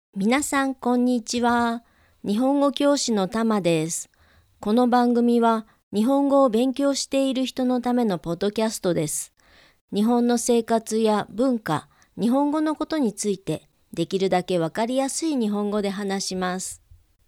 皆さんこんにちは。日本語教師のたまです。この番組は日本語を勉強している人のためのポッドキャストです。日本の生活や文化、日本語のことについてできるだけわかりやすい日本語で話します。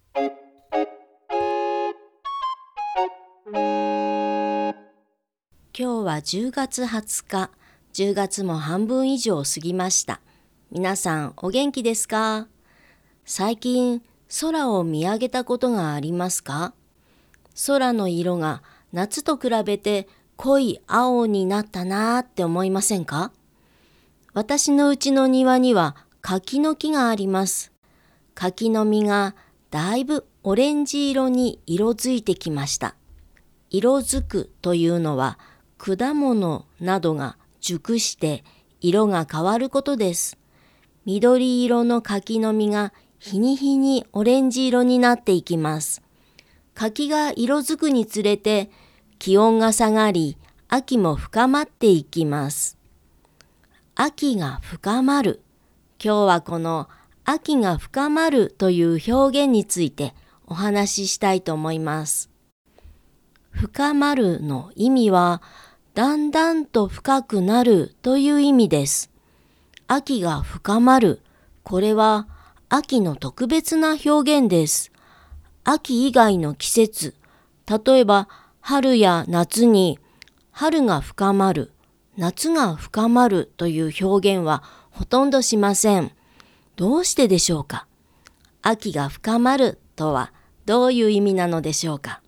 今日は10月20日、10月も半分以上過ぎました。皆さんお元気ですか？最近空を見上げたことがありますか？空の色が夏と比べて濃い青になったなーって思いませんか？私の家の庭には柿の木があります。柿の実がだいぶオレンジ色に色づいてきました。色づくというのは果物などが熟して色が変わることです。緑色の柿の実が日に日にオレンジ色になっていきます。柿が色づくにつれて気温が下がり、秋も深まっていきます。秋が深まる。今日はこの秋が深まるという表現についてお話ししたいと思います。深まるの意味はだんだんと深くなるという意味です。秋が深まる。これは秋の特別な表現です。秋以外の季節、例えば春や夏に春が深まる、夏が深まるという表現はほとんどしません。どうしてでしょうか？秋が深まるとはどういう意味なのでしょうか？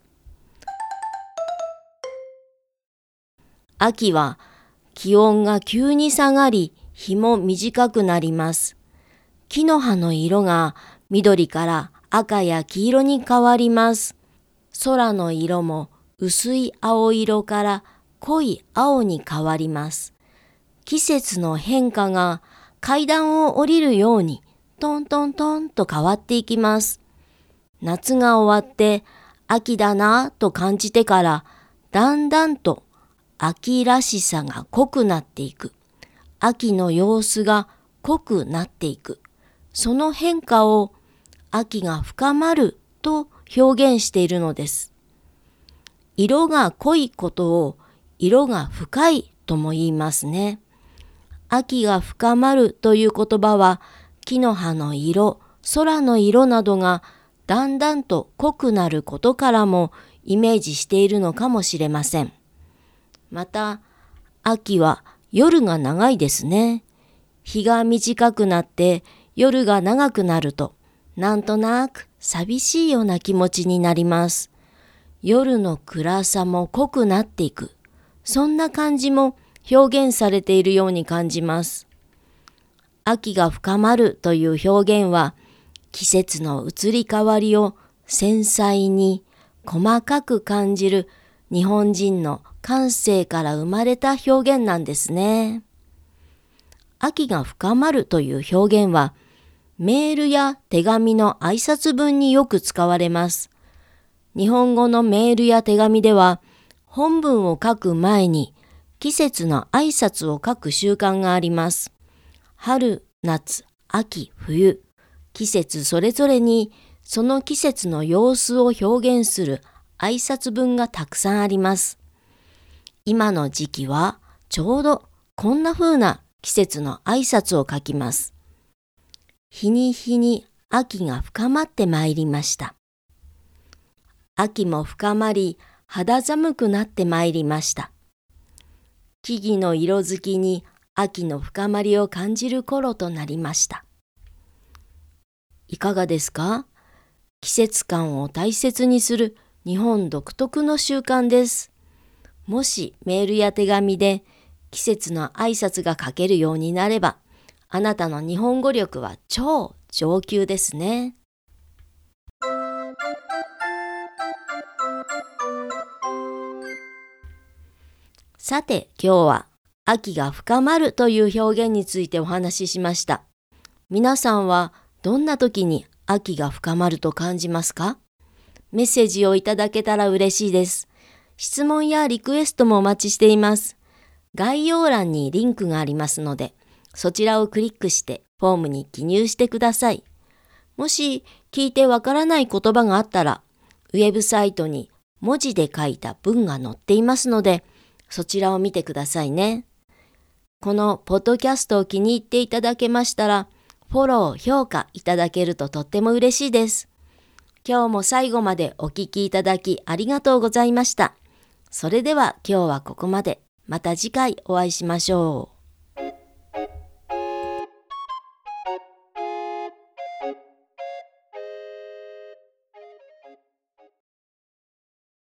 秋は気温が急に下がり、日も短くなります。木の葉の色が緑から赤や黄色に変わります。空の色も薄い青色から濃い青に変わります。季節の変化が階段を降りるようにトントントンと変わっていきます。夏が終わって秋だなと感じてからだんだんと秋らしさが濃くなっていく。秋の様子が濃くなっていく。その変化を秋が深まると表現しているのです。色が濃いことを色が深いとも言いますね。秋が深まるという言葉は木の葉の色、空の色などがだんだんと濃くなることからもイメージしているのかもしれません。また、秋は夜が長いですね。日が短くなって夜が長くなると、なんとなく寂しいような気持ちになります。夜の暗さも濃くなっていく。そんな感じも表現されているように感じます。秋が深まるという表現は、季節の移り変わりを繊細に細かく感じる日本人の感性から生まれた表現なんですね。秋が深まるという表現は、メールや手紙の挨拶文によく使われます。日本語のメールや手紙では、本文を書く前に季節の挨拶を書く習慣があります。春、夏、秋、冬、季節それぞれにその季節の様子を表現する挨拶文がたくさんあります。今の時期はちょうどこんな風な季節の挨拶を書きます。日に日に秋が深まってまいりました。秋も深まり、肌寒くなってまいりました。木々の色づきに秋の深まりを感じる頃となりました。いかがですか？季節感を大切にする日本独特の習慣です。もしメールや手紙で季節の挨拶が書けるようになれば、あなたの日本語力は超上級ですね。さて今日は秋が深まるという表現についてお話ししました。皆さんはどんな時に秋が深まると感じますか？メッセージをいただけたら嬉しいです。質問やリクエストもお待ちしています。概要欄にリンクがありますので、そちらをクリックしてフォームに記入してください。 もし聞いてわからない言葉があったら、ウェブサイトに文字で書いた文が載っていますので、そちらを見てくださいね。このポッドキャストを気に入っていただけましたら、フォロー、評価いただけるととっても嬉しいです。今日も最後までお聞きいただきありがとうございました。それでは今日はここまで。また次回お会いしましょう。